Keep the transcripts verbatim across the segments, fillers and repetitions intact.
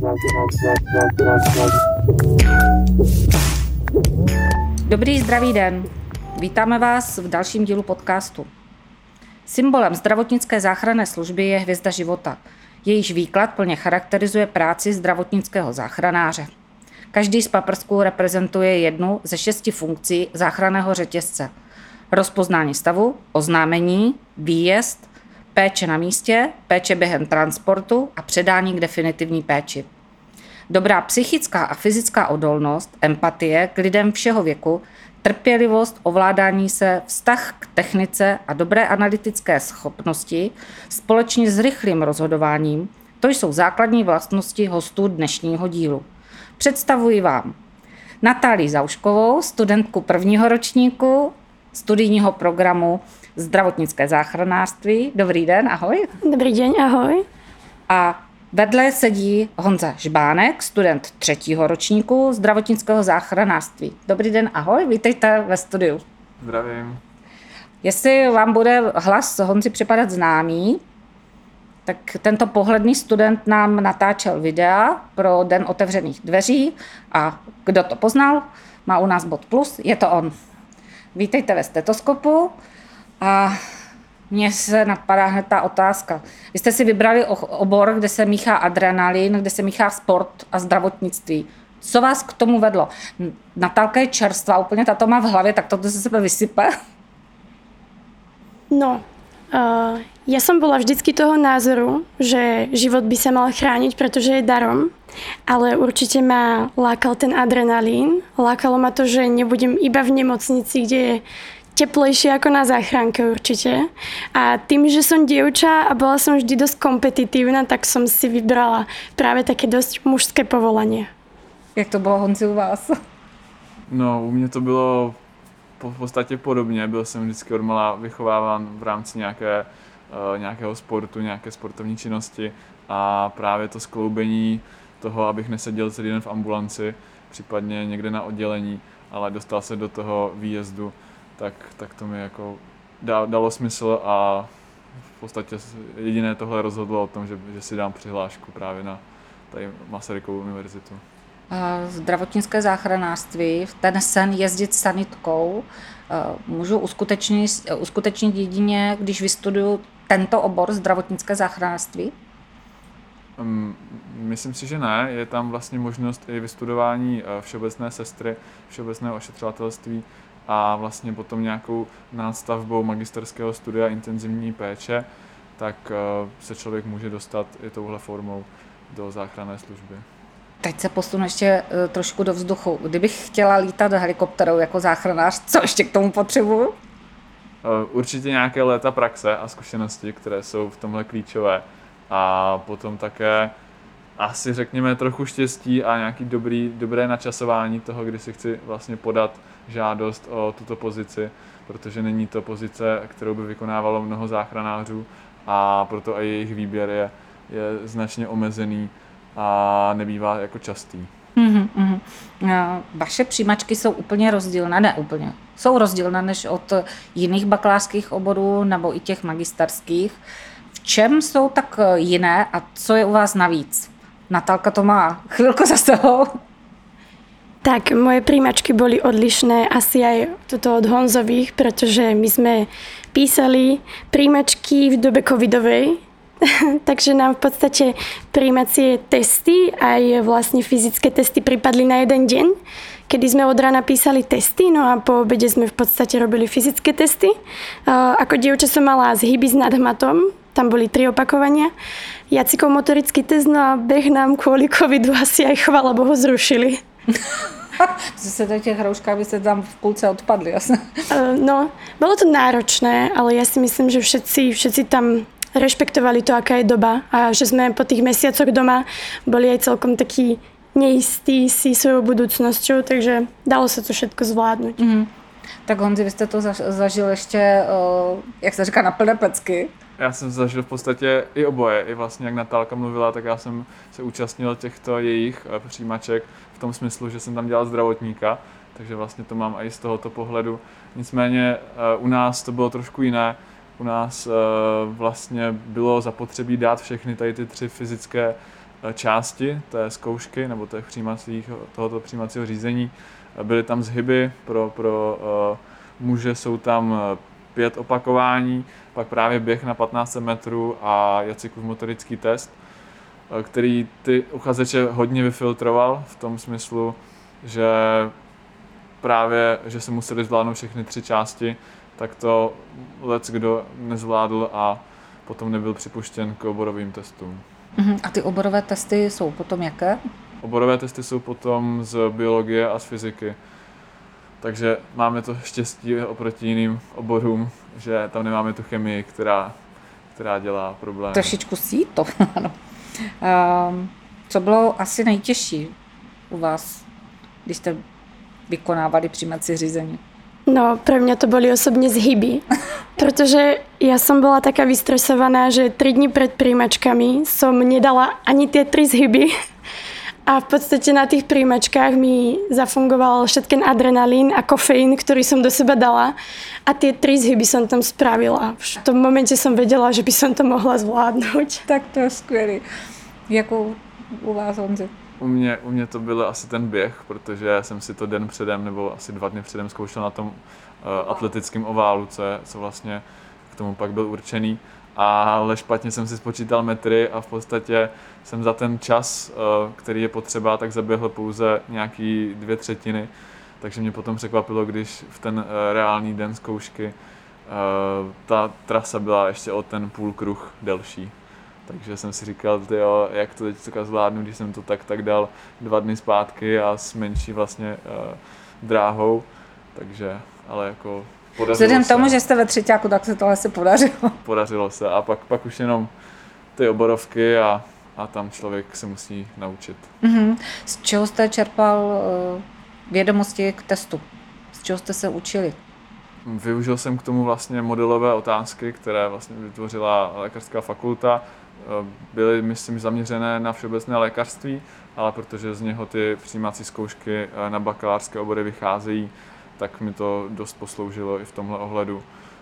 Dobrý zdravý den. Vítáme vás v dalším dílu podcastu. Symbolem zdravotnické záchranné služby je hvězda života. Jejíž výklad plně charakterizuje práci zdravotnického záchranáře. Každý z paprsků reprezentuje jednu ze šesti funkcí záchranného řetězce. Rozpoznání stavu, oznámení, výjezd, péče na místě, péče během transportu a předání k definitivní péči. Dobrá psychická a fyzická odolnost, empatie k lidem všeho věku, trpělivost, ovládání se, vztah k technice a dobré analytické schopnosti společně s rychlým rozhodováním, to jsou základní vlastnosti hostů dnešního dílu. Představuji vám Natálii Zauškovou, studentku prvního ročníku studijního programu zdravotnické záchranářství. Dobrý den, ahoj. Dobrý den, ahoj. A vedle sedí Honza Žbánek, student třetího ročníku zdravotnického záchranářství. Dobrý den, ahoj, vítejte ve studiu. Zdravím. Jestli vám bude hlas Honzi připadat známý, tak tento pohledný student nám natáčel videa pro Den otevřených dveří a kdo to poznal, má u nás bod plus, je to on. Vítejte ve stetoskopu a mně se napadá hned ta otázka. Vy jste si vybrali obor, kde se míchá adrenalin, kde se míchá sport a zdravotnictví. Co vás k tomu vedlo? Natálka je čerstvá, úplně tato má v hlavě, tak toto se sebe vysype. No, uh, ja som bola vždycky toho názoru, že život by sa mal chrániť, pretože je darom, ale určite ma lákal ten adrenalín. Lákalo ma to, že nebudem iba v nemocnici, kde je teplejšie ako na záchranke určite. A tým, že som dievča a bola som vždy dosť kompetitívna, tak som si vybrala práve také dosť mužské povolanie. Jak to bylo, Honzi, u vás? No, u mě to bylo v podstatě podobně. Byl jsem vždycky odmala vychováván v rámci nějaké, uh, nějakého sportu, nějaké sportovní činnosti a právě to skloubení toho, abych neseděl celý den v ambulanci, případně někde na oddělení, ale dostal se do toho výjezdu, tak, tak to mi jako dalo smysl a v podstatě jediné tohle rozhodlo o tom, že, že si dám přihlášku právě na tady Masarykovu univerzitu. Zdravotnické záchranářství, ten sen jezdit sanitkou můžu uskutečnit, uskutečnit jedině, když vystuduju tento obor zdravotnické záchranářství? Um, myslím si, že ne. Je tam vlastně možnost i vystudování všeobecné sestry, všeobecného ošetřovatelství a vlastně potom nějakou nástavbou magisterského studia intenzivní péče, tak uh, se člověk může dostat i touhle formou do záchranné služby. Teď se posunu ještě uh, trošku do vzduchu. Kdybych chtěla lítat helikopterou jako záchranář, co ještě k tomu potřebuju? Uh, určitě nějaké léta praxe a zkušenosti, které jsou v tomhle klíčové. A potom také asi řekněme trochu štěstí a nějaký dobrý, dobré načasování toho, kdy si chci vlastně podat žádost o tuto pozici, protože není to pozice, kterou by vykonávalo mnoho záchranářů a proto i jejich výběr je, je značně omezený a nebývá jako častý. Mm-hmm, mm-hmm. Vaše přijímačky jsou úplně rozdílné, ne úplně, jsou rozdílné než od jiných bakalářských oborů nebo i těch magisterských. V čem jsou tak jiné a co je u vás navíc? Natálka to má chvíľku za sebou. Tak, moje príjmačky boli odlišné asi aj toto od Honzových, pretože my sme písali príjmačky v dobe covidovej, takže nám v podstate príjmacie testy aj vlastne fyzické testy pripadli na jeden deň, kedy sme od rána písali testy, no a po obede sme v podstate robili fyzické testy. Ako dievča som mala zhyby s nadhmatom, tam boli tri opakovania. Jacikov motorický test, no a beh nám kvôli covidu asi aj chvála Bohu zrušili. Zase do těch hrouškách by se tam v půlce odpadli, jasne? No, bolo to náročné, ale ja si myslím, že všetci, všetci tam rešpektovali to, aká je doba a že sme po tých mesiacoch doma boli aj celkom takí neistí si svojou budúcnosťou, takže dalo sa to všetko zvládnuť. Mm-hmm. Tak Honzi, vy jste to zažil ještě, jak se říká, na plné pecky. Já jsem zažil v podstatě i oboje. I vlastně, jak Natálka mluvila, tak já jsem se účastnil těchto jejich přijímaček v tom smyslu, že jsem tam dělal zdravotníka, takže vlastně to mám i z tohoto pohledu. Nicméně u nás to bylo trošku jiné. U nás vlastně bylo zapotřebí dát všechny tady ty tři fyzické části té zkoušky nebo těch přijímacích, tohoto přijímacího řízení. Byly tam zhyby, pro, pro uh, muže jsou tam pět opakování, pak právě běh na patnáct set metrů a Jacekův motorický test, který ty uchazeče hodně vyfiltroval v tom smyslu, že právě, že se museli zvládnout všechny tři části, tak to lec kdo nezvládl a potom nebyl připuštěn k oborovým testům. Uh-huh. A ty oborové testy jsou potom jaké? Oborové testy jsou potom z biologie a z fyziky. Takže máme to štěstí oproti jiným oborům, že tam nemáme tu chemii, která, která dělá problémy. Trošičku sí to, ano. Um, co bylo asi nejtěžší u vás, když jste vykonávali přijímací řízení? No, pre mňa to boli osobne zhyby, pretože ja som bola taká vystresovaná, že tri dni pred príjmačkami som nedala ani tie tri zhyby a v podstate na tých príjmačkách mi zafungoval všetken adrenalín a kofeín, ktorý som do seba dala a tie tri zhyby som tam spravila. V tom momente som vedela, že by som to mohla zvládnuť. Tak to je skvělý. Jako u vás, Honzi? U mě, u mě to byl asi ten běh, protože jsem si to den předem nebo asi dva dny předem zkoušel na tom uh, atletickém oválu, co, je, co vlastně k tomu pak byl určený. Ale špatně jsem si spočítal metry a v podstatě jsem za ten čas, uh, který je potřeba, tak zaběhl pouze nějaký dvě třetiny. Takže mě potom překvapilo, když v ten uh, reálný den zkoušky uh, ta trasa byla ještě o ten půl kruh delší. Takže jsem si říkal, tyjo, jak to teď zvládnu, když jsem to tak tak dal dva dny zpátky a s menší vlastně uh, dráhou. Takže, ale jako podařilo Vzhledem se. tomu, že jste ve třetíku, tak se to asi podařilo. Podařilo se a pak, pak už jenom ty oborovky a, a tam člověk se musí naučit. Mm-hmm. Z čeho jste čerpal uh, vědomosti k testu? Z čeho jste se učili? Využil jsem k tomu vlastně modelové otázky, které vlastně vytvořila lékařská fakulta. Byly, myslím, zaměřené na všeobecné lékařství, ale protože z něho ty přijímací zkoušky na bakalářské obory vycházejí, tak mi to dost posloužilo i v tomhle ohledu.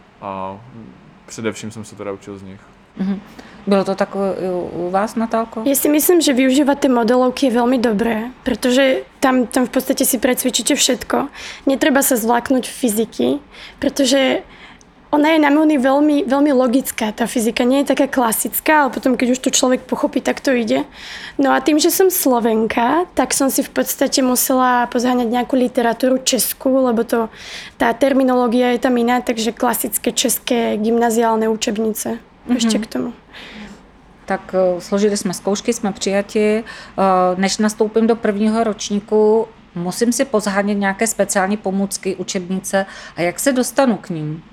A především jsem se teda učil z nich. Mm-hmm. Bylo to tak u vás, Natálko? Ja si myslím, že využívať tie modelovky je veľmi dobré, pretože tam, tam v podstate si precvičíte všetko. Netreba sa zvláknuť fyziky, pretože ona je na mňa veľmi, veľmi logická, tá fyzika nie je taká klasická, ale potom, keď už to človek pochopí, tak to ide. No a tým, že som Slovenka, tak som si v podstate musela pozháňať nejakú literatúru českú, lebo to, tá terminológia je tam iná, takže klasické české gymnaziálne učebnice. Mm-hmm. Ešte k tomu. Tak složili jsme zkoušky, jsme přijati. Než nastoupím do prvního ročníku, musím si pozhánět nějaké speciální pomůcky, učebnice a jak se dostanu k ním?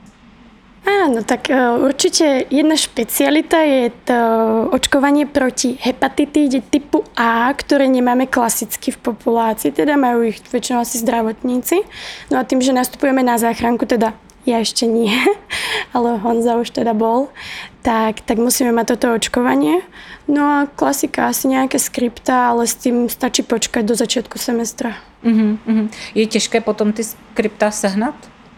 Áno, tak určite jedna špecialita je to očkovanie proti hepatitíde typu A, ktoré nemáme klasicky v populácii, teda majú ich väčšinou asi zdravotníci. No a tým, že nastupujeme na záchranku, teda ja ešte nie, ale Honza už teda bol, tak, tak musíme mať toto očkovanie. No a klasika, asi nejaké skripta, ale s tým stačí počkať do začiatku semestra. Uh-huh, uh-huh. Je těžké potom ty skripta sehnat?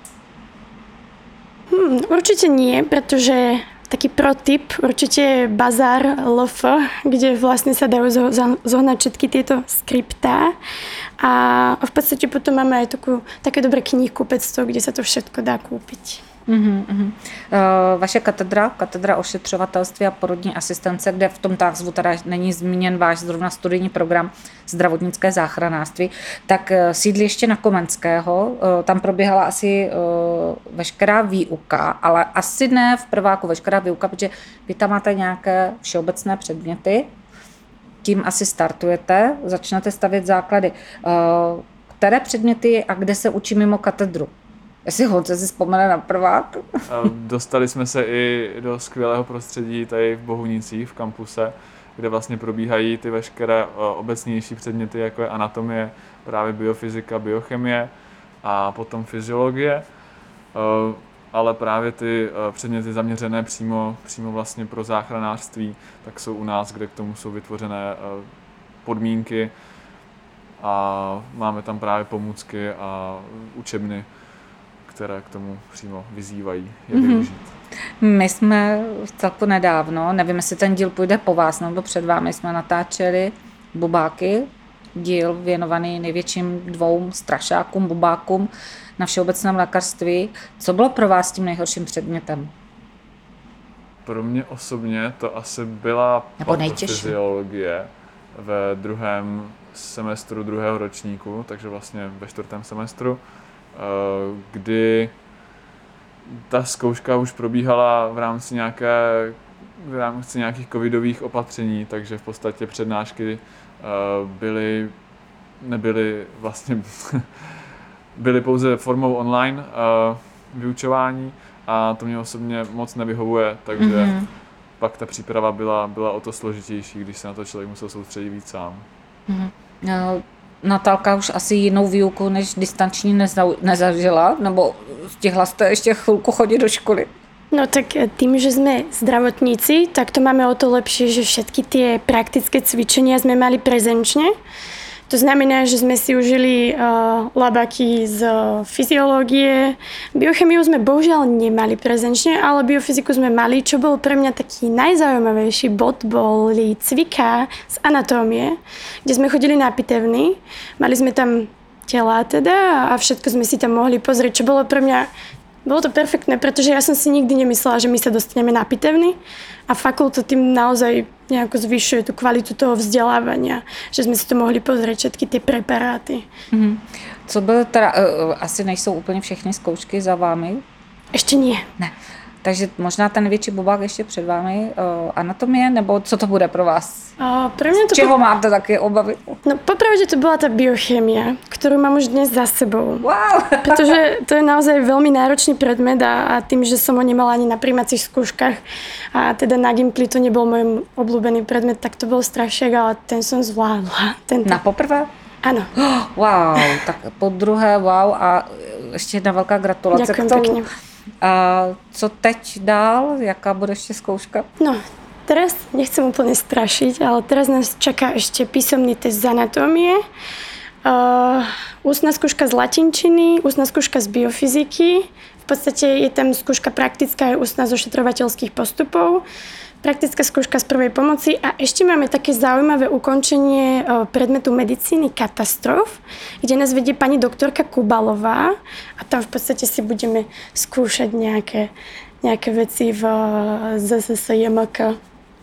Hmm, určite nie, pretože taký protip, určite je Bazar el ef, kde vlastne sa dajú zohnať všetky tieto skriptá. A v podstate potom máme aj takú, také dobré knihkupectvo, kde sa to všetko dá kúpiť. Uhum, uhum. Vaše katedra, katedra ošetřovatelství a porodní asistence, kde v tom názvu teda není zmíněn váš zrovna studijní program zdravotnické záchranářství, tak sídlí ještě na Komenského. Tam probíhala asi veškerá výuka, ale asi ne v prváku veškerá výuka, protože vy tam máte nějaké všeobecné předměty, tím asi startujete, začnete stavět základy. Které předměty a kde se učí mimo katedru? Jestli Honce si vzpomene na prvák. Dostali jsme se i do skvělého prostředí tady v Bohunicích, v kampuse, kde vlastně probíhají ty veškeré obecnější předměty, jako je anatomie, právě biofyzika, biochemie a potom fyziologie. Ale právě ty předměty zaměřené přímo, přímo vlastně pro záchranářství, tak jsou u nás, kde k tomu jsou vytvořené podmínky a máme tam právě pomůcky a učebny, které k tomu přímo vyzývají, jak mm-hmm. využít. My jsme v celku nedávno, nevím, jestli ten díl půjde po vás nebo před vámi, jsme natáčeli Bubáky, díl věnovaný největším dvou strašákům, bubákům na všeobecném lékařství. Co bylo pro vás tím nejhorším předmětem? Pro mě osobně to asi byla Nebo nejtěžší. patofyziologie ve druhém semestru druhého ročníku, takže vlastně ve čtvrtém semestru, kdy ta zkouška už probíhala v rámci nějaké v rámci nějakých covidových opatření, takže v podstatě přednášky byly, nebyly vlastně byly pouze formou online vyučování a to mě osobně moc nevyhovuje, takže mm-hmm. pak ta příprava byla, byla o to složitější, když se na to člověk musel soustředit víc sám. Mm-hmm. No, Natálka už asi jinou výuku než distanční neza- nezažila, nebo stihla jste ještě chvilku chodit do školy? No tak tým, že sme zdravotníci, tak to máme o to lepšie, že všetky tie praktické cvičenia sme mali prezenčne. To znamená, že sme si užili uh, labaky z uh, fyziológie. Biochemiu sme bohužiaľ nemali prezenčne, ale biofyziku sme mali. Čo bol pre mňa taký najzaujímavejší bod, boli cviká z anatómie, kde sme chodili na pitevny. Mali sme tam tela teda a všetko sme si tam mohli pozrieť, čo bolo pre mňa. Bolo to perfektné, pretože ja som si nikdy nemyslela, že my sa dostaneme na pitevny a fakulta tým naozaj nejako zvyšuje tú kvalitu toho vzdelávania, že sme si to mohli pozrieť, všetky tie preparáty. Mm-hmm. Co bylo teda, uh, asi nejsou úplně všechny zkoušky za vámi? Ešte nie. Ne. Takže možná ten největší bubák ještě před vámi, uh, anatomie, nebo co to bude pro vás? Uh, pre mňa to Čeho po... máte také obavy? No popravde to bola tá biochemia, ktorú mám už dnes za sebou. Wow! Pretože to je naozaj veľmi náročný predmet a, a tým, že som ho nemala ani na prijímacích skúškach a teda na Gimply to nebol môj obľúbený predmet, tak to bol strašiak, ale ten som zvládla. Tento... Na poprvé? Áno. Wow, tak po druhé wow a ještě jedna velká gratulace Ďakujem k tomu. pekne. A co teď dál? Jaká bude ještě zkouška? No, teraz nechcem úplne strašiť, ale teraz nás čaká ešte písomný test z anatómie, uh, ústna skúška z latinčiny, ústna skúška z biofyziky, v podstate je tam skúška praktická aj ústna z ošetrovateľských postupov, praktická skúška z prvej pomoci a ešte máme také zaujímavé ukončenie predmetu medicíny katastrof, kde nás vedie pani doktorka Kubalová a tam v podstate si budeme skúšať nejaké, nejaké veci v zet es es jé em ká.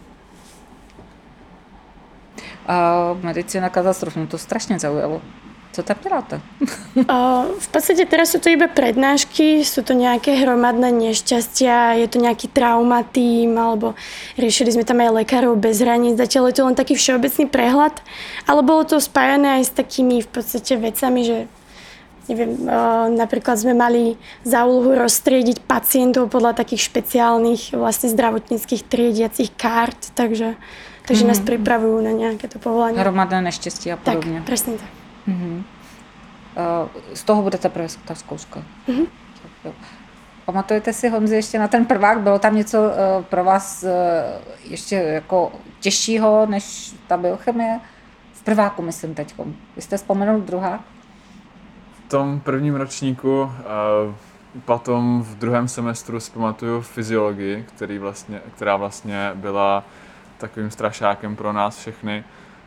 A medicína katastrof, mě to strašně zaujalo. Co tam děláte? V podstate teraz sú to iba prednášky, sú to nejaké hromadné nešťastia, je to nejaký traumatím, alebo riešili sme tam aj lekárov bez hraníc, zatiaľ je to len taký všeobecný prehľad, ale bolo to spájané aj s takými v podstate vecami, že neviem, napríklad sme mali za úlohu roztriediť pacientov podľa takých špeciálnych vlastne zdravotníckých triediacich kart, takže, takže mm. nás pripravujú na nejaké to povolanie. Hromadné neštěstí a podobně. Tak, presne tak. Mm-hmm. Z toho bude teprve ta zkouška. Mm-hmm. Pamatujete si, Honzi, ještě na ten prvák? Bylo tam něco pro vás ještě jako těžšího než ta biochemie? V prváku myslím teďko. Vy jste vzpomenul druhá? V tom prvním ročníku, potom v druhém semestru si pamatuju fyziologii, který vlastně, která vlastně byla takovým strašákem pro nás všechny.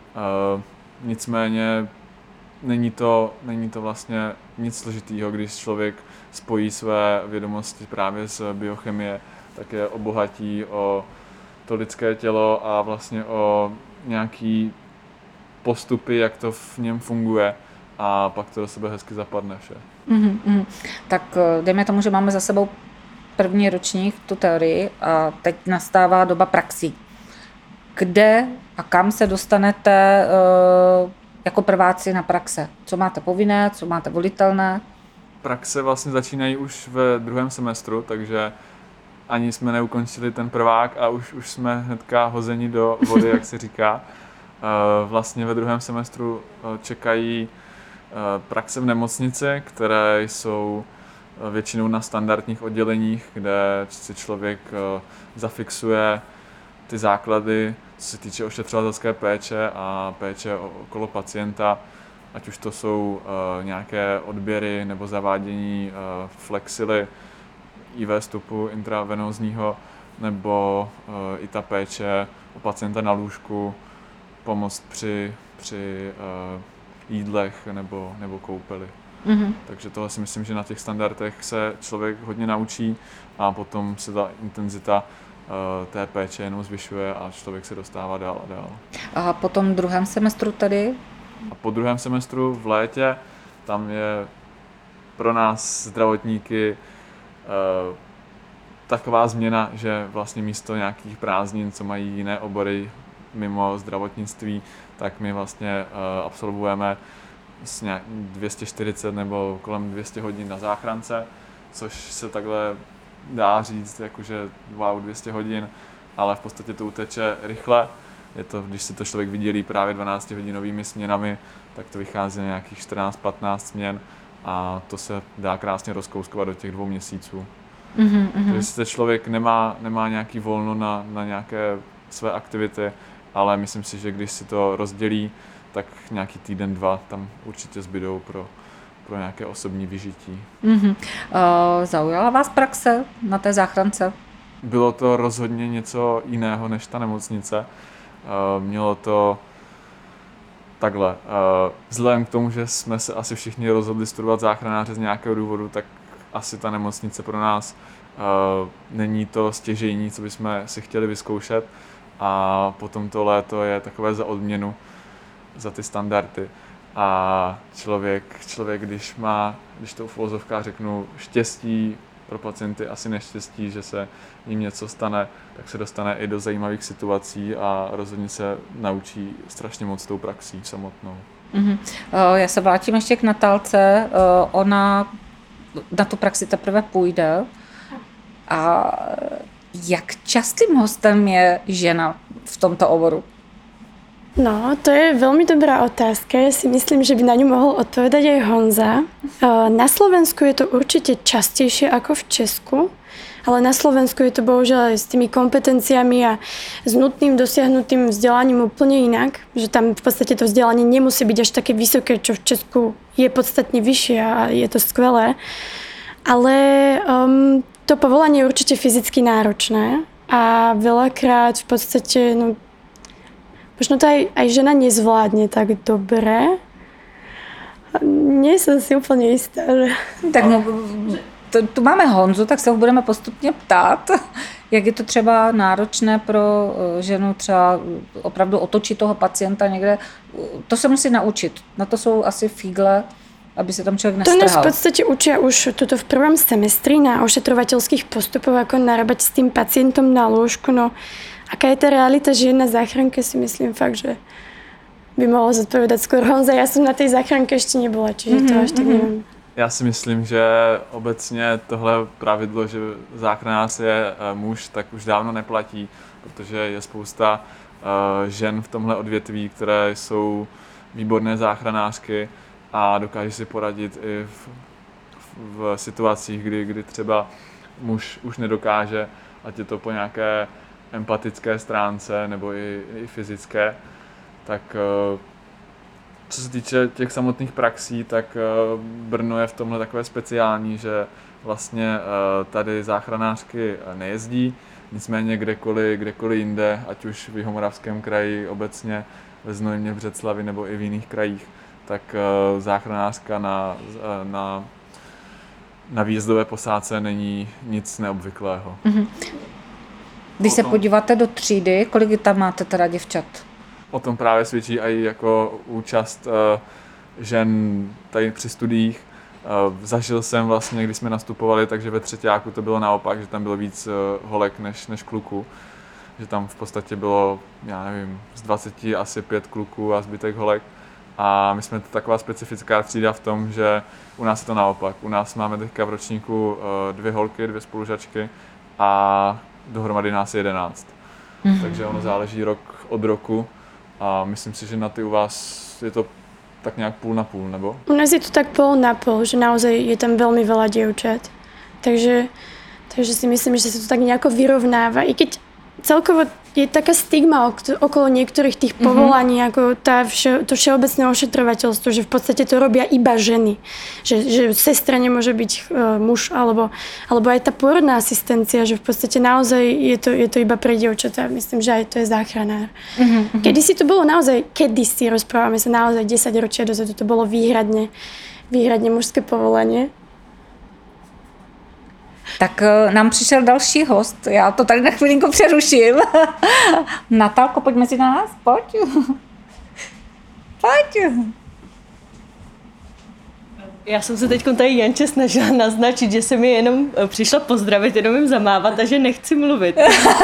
Nicméně Není to, není to vlastně nic složitýho, když člověk spojí své vědomosti právě z biochemie, tak je obohatí o to lidské tělo a vlastně o nějaký postupy, jak to v něm funguje a pak to do sebe hezky zapadne vše. Mm-hmm. Tak dejme tomu, že máme za sebou první ročník tu teorii a teď nastává doba praxí. Kde a kam se dostanete uh, jako prváci na praxe? Co máte povinné, co máte volitelné? Praxe vlastně začínají už ve druhém semestru, takže ani jsme neukončili ten prvák a už, už jsme hnedka hozeni do vody, jak se říká. Vlastně ve druhém semestru čekají praxe v nemocnici, které jsou většinou na standardních odděleních, kde si člověk zafixuje ty základy, co se týče ošetřovatelské péče a péče okolo pacienta, ať už to jsou uh, nějaké odběry nebo zavádění uh, flexily, í vé vstupu intravenózního, nebo uh, i ta péče o pacienta na lůžku, pomoc při, při uh, jídlech nebo, nebo koupeli. Mm-hmm. Takže tohle si myslím, že na těch standardech se člověk hodně naučí a potom se ta intenzita uh, té péče jenom zvyšuje a člověk se dostává dál a dál. A po tom druhém semestru tedy? A po druhém semestru v létě tam je pro nás zdravotníky uh, taková změna, že vlastně místo nějakých prázdnin, co mají jiné obory mimo zdravotnictví, tak my vlastně uh, absolvujeme dvě stě čtyřicet nebo kolem dvě stě hodin na záchrance, což se takhle dá říct, jakože wow, dvě stě hodin, ale v podstatě to uteče rychle. Je to, když si to člověk vydělí právě dvanáctihodinovými směnami, tak to vychází na nějakých čtrnáct patnáct směn a to se dá krásně rozkouskovat do těch dvou měsíců. Mm-hmm. Takže se člověk nemá, nemá nějaký volno na, na nějaké své aktivity, ale myslím si, že když si to rozdělí, tak nějaký týden, dva tam určitě zbydou pro, pro nějaké osobní vyžití. Mm-hmm. Uh, zaujala vás praxe na té záchrance? Bylo to rozhodně něco jiného než ta nemocnice. Uh, mělo to takhle. Uh, vzhledem k tomu, že jsme se asi všichni rozhodli studovat záchranáře z nějakého důvodu, tak asi ta nemocnice pro nás uh, není to stěžejní, co bychom si chtěli vyzkoušet. A potom to léto je takové za odměnu za ty standardy. A člověk, člověk když má, když to v uvozovkách řeknu, štěstí pro pacienty, asi neštěstí, že se jim něco stane, tak se dostane i do zajímavých situací a rozhodně se naučí strašně moc tou praxí samotnou. Mm-hmm. Já se vrátím ještě k Natálce. Ona na tu praxi teprve půjde. A jak častým hostem je žena v tomto oboru? No, to je veľmi dobrá otázka. Ja si myslím, že by na ňu mohol odpovedať aj Honza. Na Slovensku je to určite častejšie ako v Česku, ale na Slovensku je to bohužiaľ aj s tými kompetenciami a s nutným dosiahnutým vzdelaním úplne inak, že tam v podstate to vzdelanie nemusí byť až také vysoké, čo v Česku je podstatne vyššie a je to skvelé. Ale um, to povolanie je určite fyzicky náročné a veľakrát v podstate, no, možno to aj, aj žena nezvládne tak dobre. Nie som si úplne istá. Že... Tak no, to, tu máme Honzu, tak se ho budeme postupně ptát, jak je to třeba náročné pro ženu třeba opravdu otočit toho pacienta někde. To se musí naučit. Na to jsou asi fígle, aby se tam člověk nestrhal. To nás v podstate učia už tuto v prvom semestri na ošetrovateľských postupoch, ako narábať s tým pacientom na lôžku. No, aká je tá realita žien na záchranke, si myslím fakt, že by mohol zodpovedať skôr Honza. Ja som na tej záchranke ešte nebola, čiže mm-hmm, to až tak neviem. Já si myslím, že obecně tohle pravidlo, že záchranář je muž, tak už dávno neplatí, protože je spousta uh, žen v tomhle odvětví, které jsou výborné záchranářky a dokáží si poradit i v, v situacích, kdy, kdy třeba muž už nedokáže, ať je to po nějaké empatické stránce nebo i, i fyzické, tak uh, co se týče těch samotných praxí, tak Brno je v tomhle takové speciální, že vlastně tady záchranářky nejezdí, nicméně kdekoliv, kdekoliv jinde, ať už v Jihomoravském kraji obecně, ve Znojmě, v Břeclavi nebo i v jiných krajích, tak záchranářka na, na, na výjezdové posádce není nic neobvyklého. Mm-hmm. Když se podíváte do třídy, kolik tam máte teda děvčat? O tom právě svědčí i jako účast uh, žen tady při studiích. Uh, zažil jsem vlastně, když jsme nastupovali, takže ve třetíku to bylo naopak, že tam bylo víc uh, holek než, než kluků. Že tam v podstatě bylo, já nevím, z dvaceti asi pět kluků a zbytek holek. A my jsme to taková specifická třída v tom, že u nás je to naopak. U nás máme teďka v ročníku uh, dvě holky, dvě spolužačky a dohromady nás je jedenáct. Mm-hmm. Takže ono záleží rok od roku. A myslím si, že na ty u vás je to tak nějak půl na půl, nebo? U nás je to tak pol na pol, že naozaj je tam veľmi veľa dievčat. Takže, takže si myslím, že sa to tak nejako vyrovnáva. I keď celkovo je taká stigma okolo niektorých tých povolaní, mm-hmm. ako tá vše, to všeobecné ošetrovateľstvo, že v podstate to robia iba ženy. Že, že sestra nemôže byť uh, muž, alebo, alebo aj tá pôrodná asistencia, že v podstate naozaj je to, je to iba pre dievčatá. Myslím, že aj to je záchranár. Mm-hmm. Kedy si to bolo naozaj, kedy si rozprávame sa naozaj desať ročia dozadu, to bolo výhradne, výhradne mužské povolanie. Tak nám přišel další host, já to tady na chvilinku přeruším. Natálko, pojď mezi nás, pojď. Pojď. Já jsem se teď tady Janče snažila naznačit, že jsem je jenom přišla pozdravit, jenom jim zamávat a že nechci mluvit.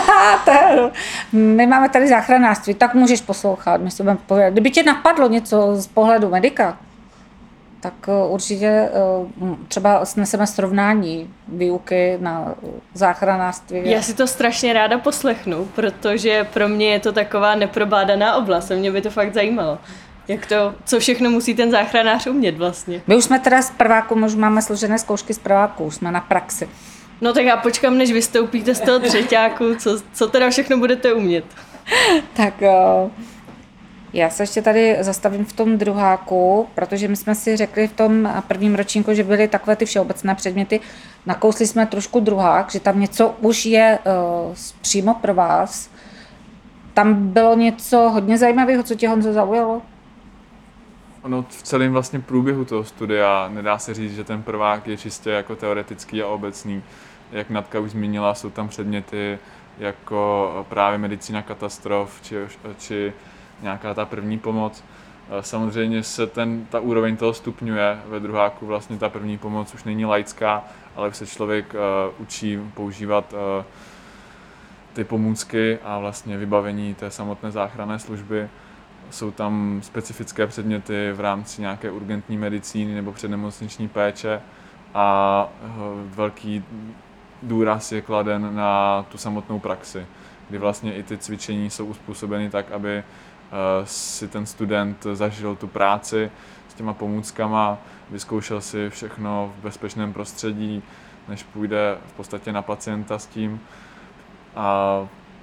My máme tady záchranářství, tak můžeš poslouchat. My si budeme povědět. Kdyby tě napadlo něco z pohledu medika, tak určitě třeba sneseme srovnání výuky na záchranářství. Já si to strašně ráda poslechnu, protože pro mě je to taková neprobádaná oblast a mě by to fakt zajímalo. Jak to, co všechno musí ten záchranář umět vlastně. My už jsme teda z prváku, my už máme složené zkoušky z prváku, už jsme na praxi. No tak já počkám, než vystoupíte z toho třeťáku, co, co teda všechno budete umět. Tak já se ještě tady zastavím v tom druháku, protože my jsme si řekli v tom prvním ročníku, že byly takové ty všeobecné předměty. Nakousli jsme trošku druhák, že tam něco už je uh, přímo pro vás. Tam bylo něco hodně zajímavého, co tě, Honzo, zaujalo? Ono v celém vlastně průběhu toho studia nedá se říct, že ten prvák je čistě jako teoretický a obecný. Jak Natka už zmínila, jsou tam předměty jako právě medicína katastrof či, či nějaká ta první pomoc. Samozřejmě se ten, ta úroveň toho stupňuje. Ve druháku vlastně ta první pomoc už není laická, ale se člověk uh, učí používat uh, ty pomůcky a vlastně vybavení té samotné záchranné služby. Jsou tam specifické předměty v rámci nějaké urgentní medicíny nebo přednemocniční péče a velký důraz je kladen na tu samotnou praxi, kdy vlastně i ty cvičení jsou uspůsobeny tak, aby si ten student zažil tu práci s těma pomůckama, vyzkoušel si všechno v bezpečném prostředí, než půjde v podstatě na pacienta s tím. A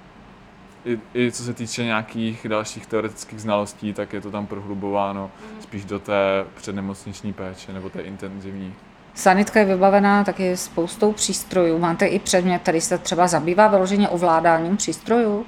i, i co se týče nějakých dalších teoretických znalostí, tak je to tam prohlubováno spíš do té přednemocniční péče nebo té intenzivní. Sanitka je vybavená taky spoustou přístrojů. Máte i předmět, který se třeba zabývá vyloženě ovládáním přístrojů?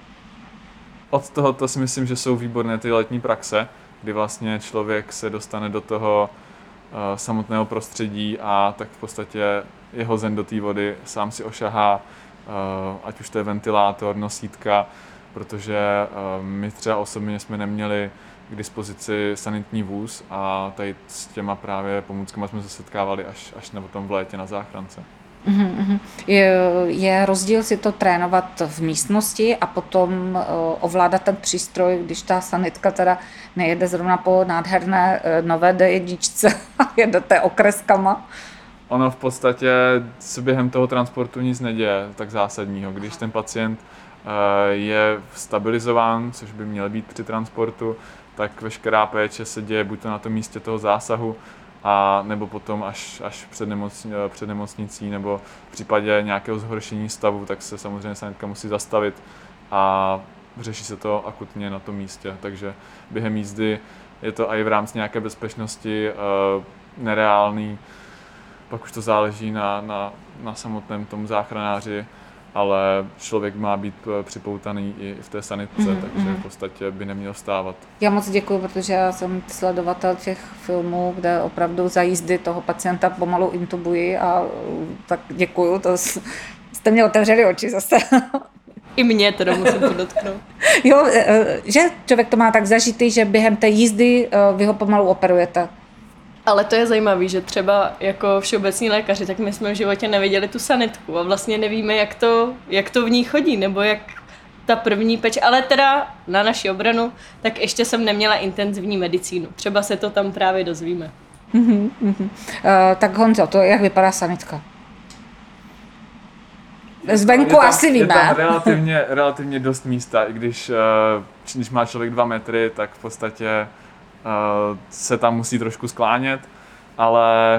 Od tohoto si myslím, že jsou výborné ty letní praxe, kdy vlastně člověk se dostane do toho uh, samotného prostředí a tak v podstatě je hozen do té vody, sám si ošahá, uh, ať už to je ventilátor, nosítka, protože uh, my třeba osobně jsme neměli k dispozici sanitní vůz a tady s těma právě pomůckama jsme se setkávali až, až na potom v létě na záchrance. Mm-hmm. Je, je rozdíl si to trénovat v místnosti a potom uh, ovládat ten přístroj, když ta sanitka teda nejede zrovna po nádherné uh, nové dé jedna a jedete okreskama? Ono v podstatě se během toho transportu nic neděje tak zásadního. Když ten pacient uh, je stabilizován, což by měl být při transportu, tak veškerá péče se děje buď to na tom místě toho zásahu, a nebo potom až, až před, nemoc, před nemocnicí, nebo v případě nějakého zhoršení stavu, tak se samozřejmě sanitka musí zastavit a řeší se to akutně na tom místě. Takže během jízdy je to i v rámci nějaké bezpečnosti uh, nereálný. Pak už to záleží na, na, na samotném tom záchranáři, ale člověk má být připoutaný i v té sanitce, mm, takže v podstatě by neměl vstávat. Já moc děkuji, protože já jsem sledovatel těch filmů, kde opravdu za jízdy toho pacienta pomalu intubují a tak děkuji, to jste mě otevřeli oči zase. I mě teda musím podotknout. Jo, že člověk to má tak zažitý, že během té jízdy vy ho pomalu operujete. Ale to je zajímavé, že třeba jako všeobecní lékaři, tak my jsme v životě neviděli tu sanitku a vlastně nevíme, jak to, jak to v ní chodí, nebo jak ta první péče. Ale teda na naši obranu, tak ještě jsem neměla intenzivní medicínu. Třeba se to tam právě dozvíme. Uh-huh, uh-huh. Uh, tak Honzo, to jak vypadá sanitka? Zvenku je tam, asi víme. Je tam relativně, relativně dost místa, i když, když má člověk dva metry, tak v podstatě se tam musí trošku sklánět, ale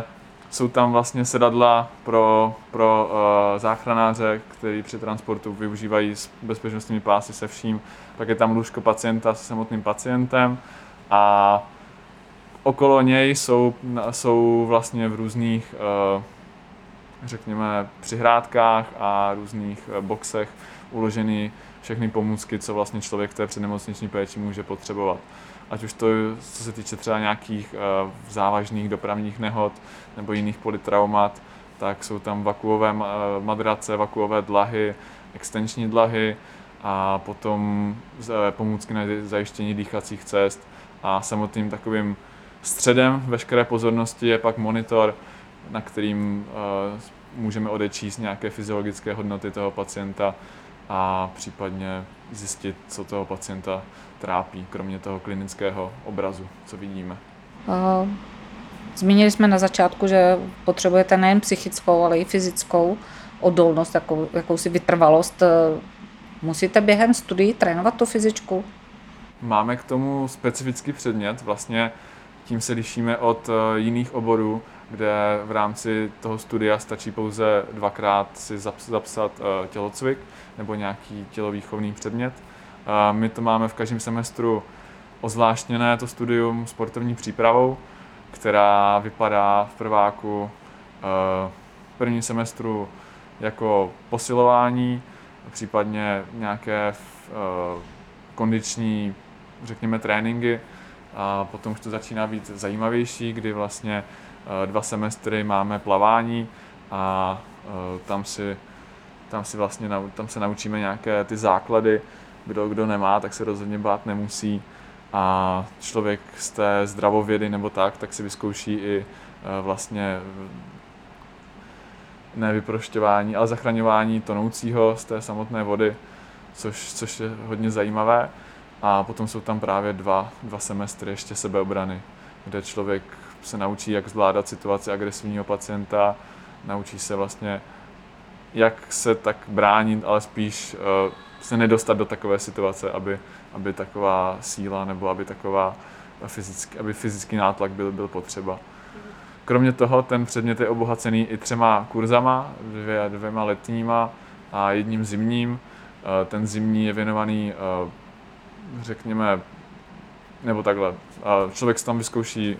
Jsou tam vlastně sedadla pro, pro uh, záchranáře, který při transportu využívají s bezpečnostními pásy se vším. Pak je tam lůžko pacienta se samotným pacientem a okolo něj jsou, jsou vlastně v různých, uh, řekněme, přihrádkách a různých uh, boxech uloženy všechny pomůcky, co vlastně člověk v té přednemocniční péči může potřebovat. Ať už to, co se týče třeba nějakých uh, závažných dopravních nehod nebo jiných polytraumat, tak jsou tam vakuové uh, madrace, vakuové dlahy, extenční dlahy a potom uh, pomůcky na zajištění dýchacích cest. A samotným takovým středem veškeré pozornosti je pak monitor, na kterým uh, můžeme odečíst nějaké fyziologické hodnoty toho pacienta a případně zjistit, co toho pacienta trápí, kromě toho klinického obrazu, co vidíme. Zmínili jsme na začátku, že potřebujete nejen psychickou, ale i fyzickou odolnost, jakou, jakousi vytrvalost. Musíte během studií trénovat tu fyzičku? Máme k tomu specifický předmět, vlastně tím se lišíme od jiných oborů, kde v rámci toho studia stačí pouze dvakrát si zapsat tělocvik nebo nějaký tělovýchovný předmět. My to máme v každém semestru ozvláštněné, to studium sportovní přípravou, která vypadá v prváku v prvním semestru jako posilování, případně nějaké kondiční, řekněme, tréninky. A potom už to začíná být zajímavější, kdy vlastně dva semestry máme plavání a tam si, tam si vlastně tam se naučíme nějaké ty základy. Kdo, kdo nemá, tak se rozhodně bát nemusí. A člověk z té zdravovědy nebo tak, tak si vyzkouší i vlastně ne vyprošťování, ale zachraňování tonoucího z té samotné vody, což, což je hodně zajímavé. A potom jsou tam právě dva, dva semestry ještě sebeobrany, kde člověk se naučí, jak zvládat situaci agresivního pacienta, naučí se vlastně, jak se tak bránit, ale spíš uh, se nedostat do takové situace, aby, aby taková síla nebo aby taková fyzický, aby fyzický nátlak byl, byl potřeba. Kromě toho ten předmět je obohacený i třema kurzama, dvě, dvěma letníma a jedním zimním. Uh, ten zimní je věnovaný uh, řekněme, nebo takhle, člověk si tam vyzkouší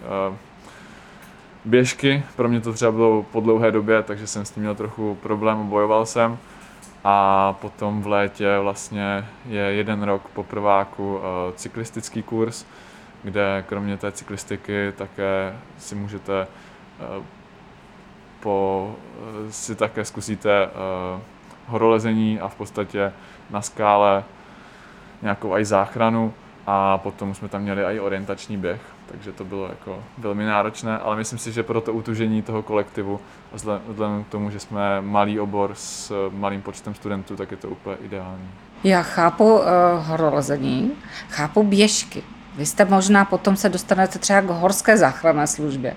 běžky, pro mě to třeba bylo po dlouhé době, takže jsem s tím měl trochu problém, bojoval jsem. A potom v létě vlastně je jeden rok po prváku cyklistický kurz, kde kromě té cyklistiky také si můžete po, si také zkusíte horolezení a v podstatě na skále nějakou aj záchranu a potom jsme tam měli i orientační běh, takže to bylo jako velmi náročné, ale myslím si, že pro to utužení toho kolektivu a vzhledem k tomu, že jsme malý obor s malým počtem studentů, tak je to úplně ideální. Já chápu uh, horolezení, chápu běžky. Vy jste možná potom se dostanete třeba k horské záchranné službě.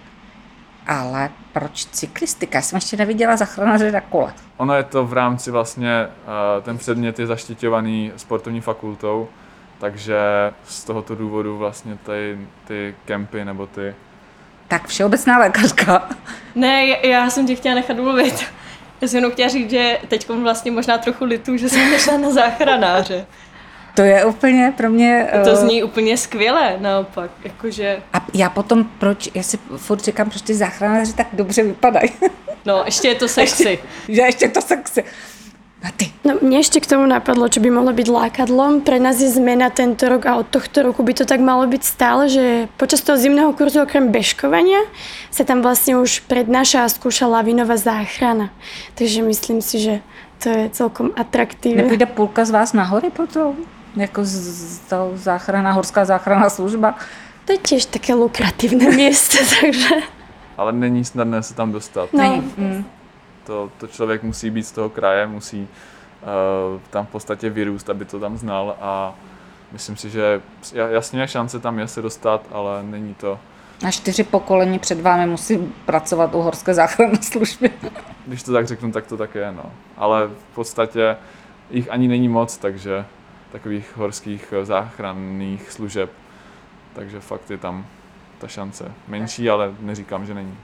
Ale proč cyklistika? Já jsem ještě neviděla záchranáře na kole. Ono je to v rámci vlastně, ten předmět je zaštiťovaný sportovní fakultou, takže z tohoto důvodu vlastně ty, ty kempy nebo ty... Tak všeobecná lékařka. Ne, já jsem tě chtěla nechat mluvit. Já jsem jenom chtěla říct, že teď vlastně možná trochu litu, že jsem nešla na záchranáře. To je úplně pro mě... To zní úplně skvěle, naopak, jakože... A já potom, proč, já si furt říkám, proč ty záchranáři tak dobře vypadají. No, ještě je to sexy. Že ještě to sexy. A ty? No, mne ešte k tomu napadlo, čo by mohlo byť lákadlom. Pre nás je zmena tento rok a od tohto roku by to tak malo byť stále, že počas toho zimného kurzu okrem bežkovania sa tam vlastne už prednáša a skúša lavinová záchrana. Takže myslím si, že to je celkom atraktívne. Nepůjde půlka z vás nahory potom? Jako z, z toho záchrana, horská záchranná služba? To je tiež také lukratívne miesto, takže... Ale není snadné se tam dostat. No. Mm. To, to člověk musí být z toho kraje, musí uh, tam v podstatě vyrůst, aby to tam znal a myslím si, že jasně šance tam je se dostat, ale není to... A čtyři pokolení před vámi musí pracovat u horské záchranné služby. Když to tak řeknu, tak to tak je, no. Ale v podstatě jich ani není moc, takže takových horských záchranných služeb. Takže fakt je tam ta šance menší, ale neříkám, že není.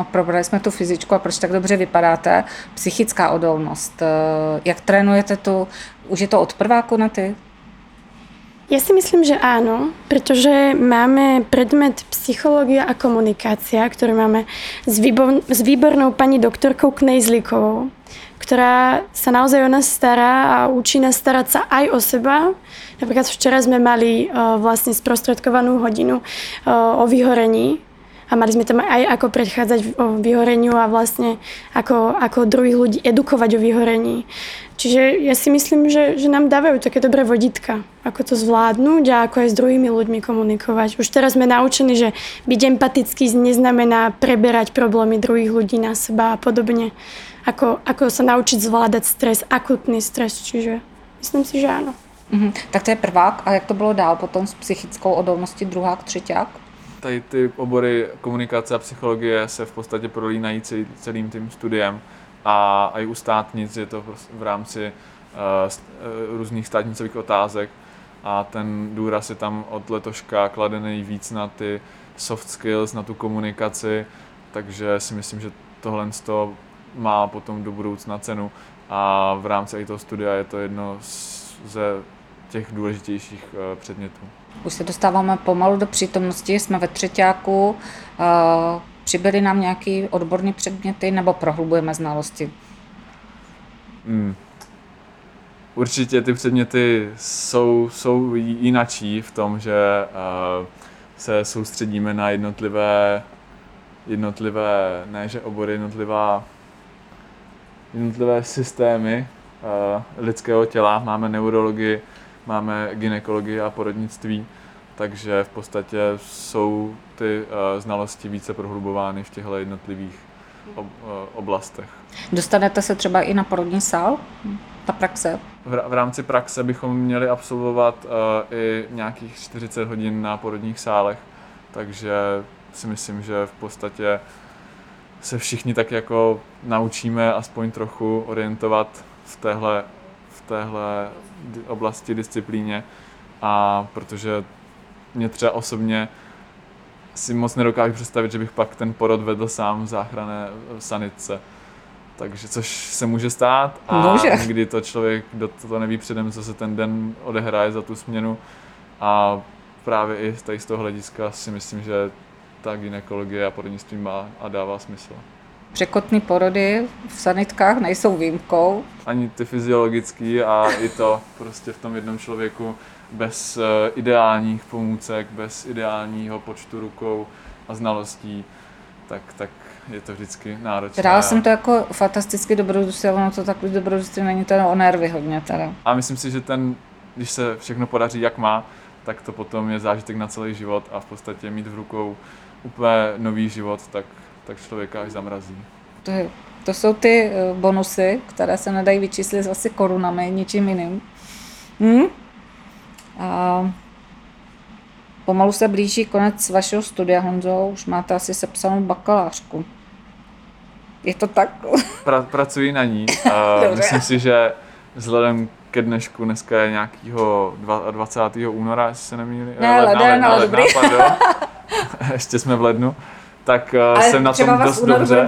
No, probrali jsme tu fyzičku a proč tak dobře vypadáte. Psychická odolnost. Jak trénujete tu? Už je to od prváku na ty? Ja si myslím, že áno, pretože máme predmet psychológia a komunikácia, ktorý máme s, výbor, s výbornou pani doktorkou Knejzlíkovou, ktorá sa naozaj o nás stará a učí nás starať sa aj o seba. Napríklad včera sme mali uh, vlastne sprostredkovanú hodinu uh, o vyhorení a mali sme tam aj ako predchádzať o vyhoreniu a vlastne ako, ako druhých ľudí edukovať o vyhorení. Čiže ja si myslím, že, že nám dávajú také dobré vodítka, ako to zvládnuť a ako aj s druhými ľuďmi komunikovať. Už teraz sme naučení, že byť empatický neznamená preberať problémy druhých ľudí na seba a podobne. Ako, ako sa naučiť zvládať stres, akutný stres, čiže myslím si, že áno. Mhm. Tak to je prvák. A jak to bylo dál potom s psychickou odolností druhák, třeťák? Tady ty obory komunikace a psychologie se v podstatě prolínají celý, celým tím studiem a i u státnic je to v rámci uh, různých státnicových otázek a ten důraz je tam od letoška kladený víc na ty soft skills, na tu komunikaci, takže si myslím, že tohle má potom do budoucna cenu a v rámci i toho studia je to jedno ze těch důležitějších uh, předmětů. Už se dostáváme pomalu do přítomnosti, jsme ve třeťáku. Uh, přibyly nám nějaké odborné předměty nebo prohlubujeme znalosti? Hmm. Určitě ty předměty jsou, jsou jinačí v tom, že uh, se soustředíme na jednotlivé, jednotlivé, ne že obory, jednotlivá, jednotlivé systémy uh, lidského těla. Máme neurologii, máme gynekologii a porodnictví, takže v podstatě jsou ty uh, znalosti více prohlubovány v těchto jednotlivých ob, uh, oblastech. Dostanete se třeba i na porodní sál? Ta praxe? V, v rámci praxe bychom měli absolvovat uh, i nějakých čtyřicet hodin na porodních sálech, takže si myslím, že v podstatě se všichni tak jako naučíme aspoň trochu orientovat v téhle v téhle oblasti, disciplíně a protože mě třeba osobně si moc nedokážu představit, že bych pak ten porod vedl sám v záchranné sanitce. Takže což se může stát a může. Někdy to člověk do toho neví předem, co se ten den odehraje za tu směnu a právě i tady z toho hlediska si myslím, že ta gynekologie a porodnictví má a dává smysl. Překotné porody v sanitkách nejsou výjimkou. Ani ty fyziologický a i to prostě v tom jednom člověku bez ideálních pomůcek, bez ideálního počtu rukou a znalostí, tak, tak je to vždycky náročné. Hrála jsem to jako fantasticky dobrodružství, ale ono to takový dobrodružství není to o nervy hodně teda. A myslím si, že ten, když se všechno podaří jak má, tak to potom je zážitek na celý život a v podstatě mít v rukou úplně nový život, tak tak člověka až zamrazí. To, je, to jsou ty bonusy, které se nedají vyčíslit asi korunami, ničím jiným. Hm? A pomalu se blíží konec vašeho studia, Honzo, už máte asi sepsanou bakalářku. Je to tak? Pra, pracuji na ní. Uh, myslím si, že vzhledem ke dnešku, dneska je nějakýho dvacátého února, jestli se nemýlím. Ne, leden, ale dobrý. Ještě jsme v lednu. Tak uh, jsem na tom dost dobře.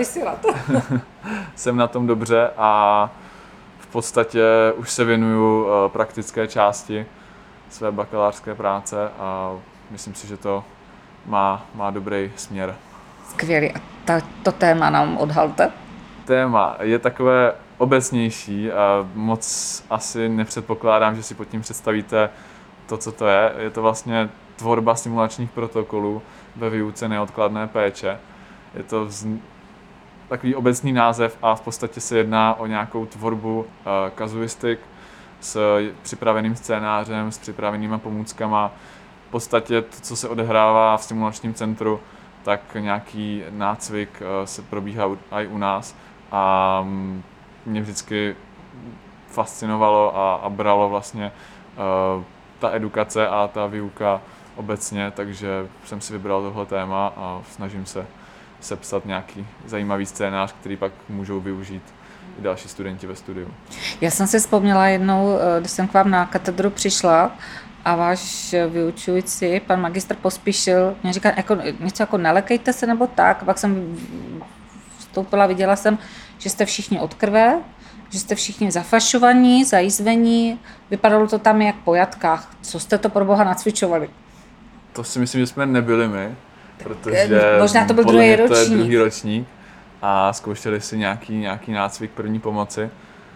Jsem na tom dobře a v podstatě už se věnuju uh, praktické části své bakalářské práce a myslím si, že to má, má dobrý směr. Skvělý. A ta, to téma nám odhalte? Téma je takové obecnější a moc asi nepředpokládám, že si pod tím představíte to, co to je. Je to vlastně tvorba simulačních protokolů ve výuce neodkladné péče. Je to vz... takový obecný název a v podstatě se jedná o nějakou tvorbu uh, kazuistik s připraveným scénářem, s připravenýma pomůckama. V podstatě to, co se odehrává v simulačním centru, tak nějaký nácvik uh, se probíhá i u nás a um, mě vždycky fascinovalo a, a bralo vlastně uh, ta edukace a ta výuka obecně, takže jsem si vybral tohle téma a snažím se sepsat nějaký zajímavý scénář, který pak můžou využít i další studenti ve studiu. Já jsem si vzpomněla jednou, když jsem k vám na katedru přišla a váš vyučující, pan magistr Pospíšil, mě říká jako, něco jako nelekejte se nebo tak, pak jsem vstoupila, viděla jsem, že jste všichni od krve, že jste všichni zafašovaní, zajizvení, vypadalo to tam jak po jatkách. Co jste to pro boha nacvičovali? To si myslím, že jsme nebyli my, protože možná to byl podle druhý mě to je ročník. druhý ročník a zkoušeli si nějaký, nějaký nácvik první pomoci.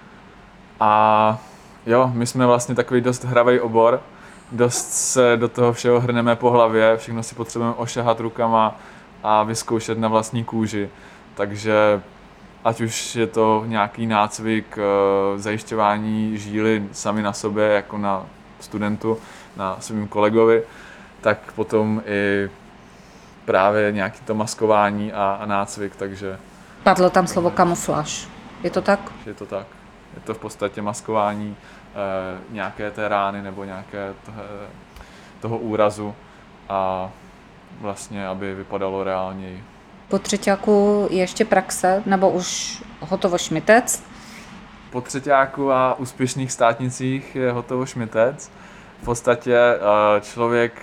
A jo, my jsme vlastně takový dost hravý obor, dost se do toho všeho hrneme po hlavě, všechno si potřebujeme ošahat rukama a vyzkoušet na vlastní kůži. Takže ať už je to nějaký nácvik, zajišťování žíly sami na sobě, jako na studentu, na svým kolegovi, tak potom i právě nějaký to maskování a, a nácvik, takže Padlo tam slovo kamufláž. Je to tak? je to tak. Je to v podstatě maskování eh, nějaké té rány nebo nějaké toho, toho úrazu a vlastně, aby vypadalo reálněji. Po třetíku je ještě praxe, nebo už hotovo šmitec? Po třetíku a úspěšných státnicích je hotovo šmitec. V podstatě eh, člověk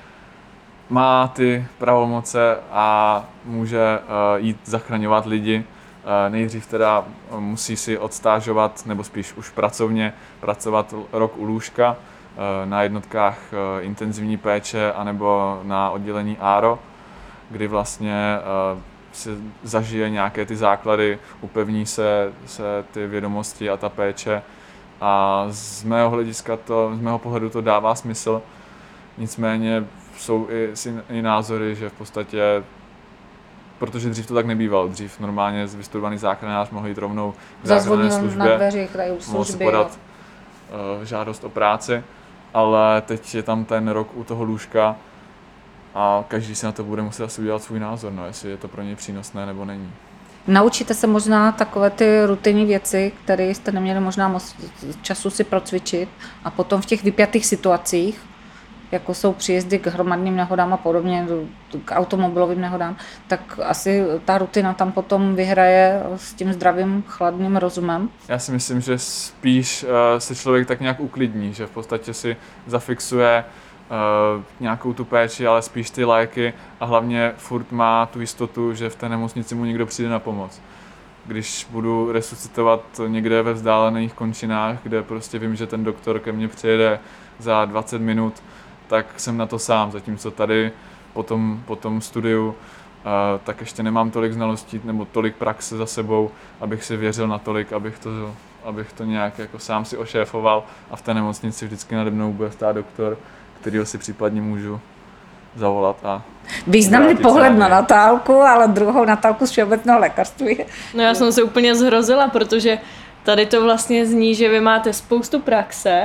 má ty pravomoce a může eh, jít zachraňovat lidi. Nejdřív teda musí si odstážovat, nebo spíš už pracovně pracovat rok u lůžka na jednotkách intenzivní péče anebo na oddělení á er o, kdy vlastně si zažije nějaké ty základy, upevní se, se ty vědomosti a ta péče. A z mého hlediska to, z mého pohledu to dává smysl. Nicméně jsou i, i názory, že v podstatě, protože dřív to tak nebývalo. Dřív normálně vystudovaný záchranář mohl jít rovnou k záchranné Zazvonil na službě, dveři krajů mohl si služby. podat uh, žádost o práci, ale teď je tam ten rok u toho lůžka a každý si na to bude muset asi udělat svůj názor, no, jestli je to pro něj přínosné nebo není. Naučíte se možná takové ty rutinní věci, které jste neměli možná moc času si procvičit a potom v těch vypjatých situacích, jako jsou příjezdy k hromadným nehodám a podobně, k automobilovým nehodám, tak asi ta rutina tam potom vyhraje s tím zdravým, chladným rozumem. Já si myslím, že spíš uh, se člověk tak nějak uklidní, že v podstatě si zafixuje uh, nějakou tu péči, ale spíš ty léky a hlavně furt má tu jistotu, že v té nemocnici mu někdo přijde na pomoc. Když budu resuscitovat někde ve vzdálených končinách, kde prostě vím, že ten doktor ke mně přijede za dvacet minut, tak jsem na to sám, zatímco tady po tom, po tom studiu uh, tak ještě nemám tolik znalostí nebo tolik praxe za sebou, abych si věřil natolik, abych to, abych to nějak jako sám si ošéfoval a v té nemocnici vždycky nade mnou bude stát doktor, kterýho si případně můžu zavolat a Významný vrátit se pohled na na něj. Natálku, ale druhou Natálku z všeobecného lékařství. No já jsem se úplně zhrozila, protože tady to vlastně zní, že vy máte spoustu praxe,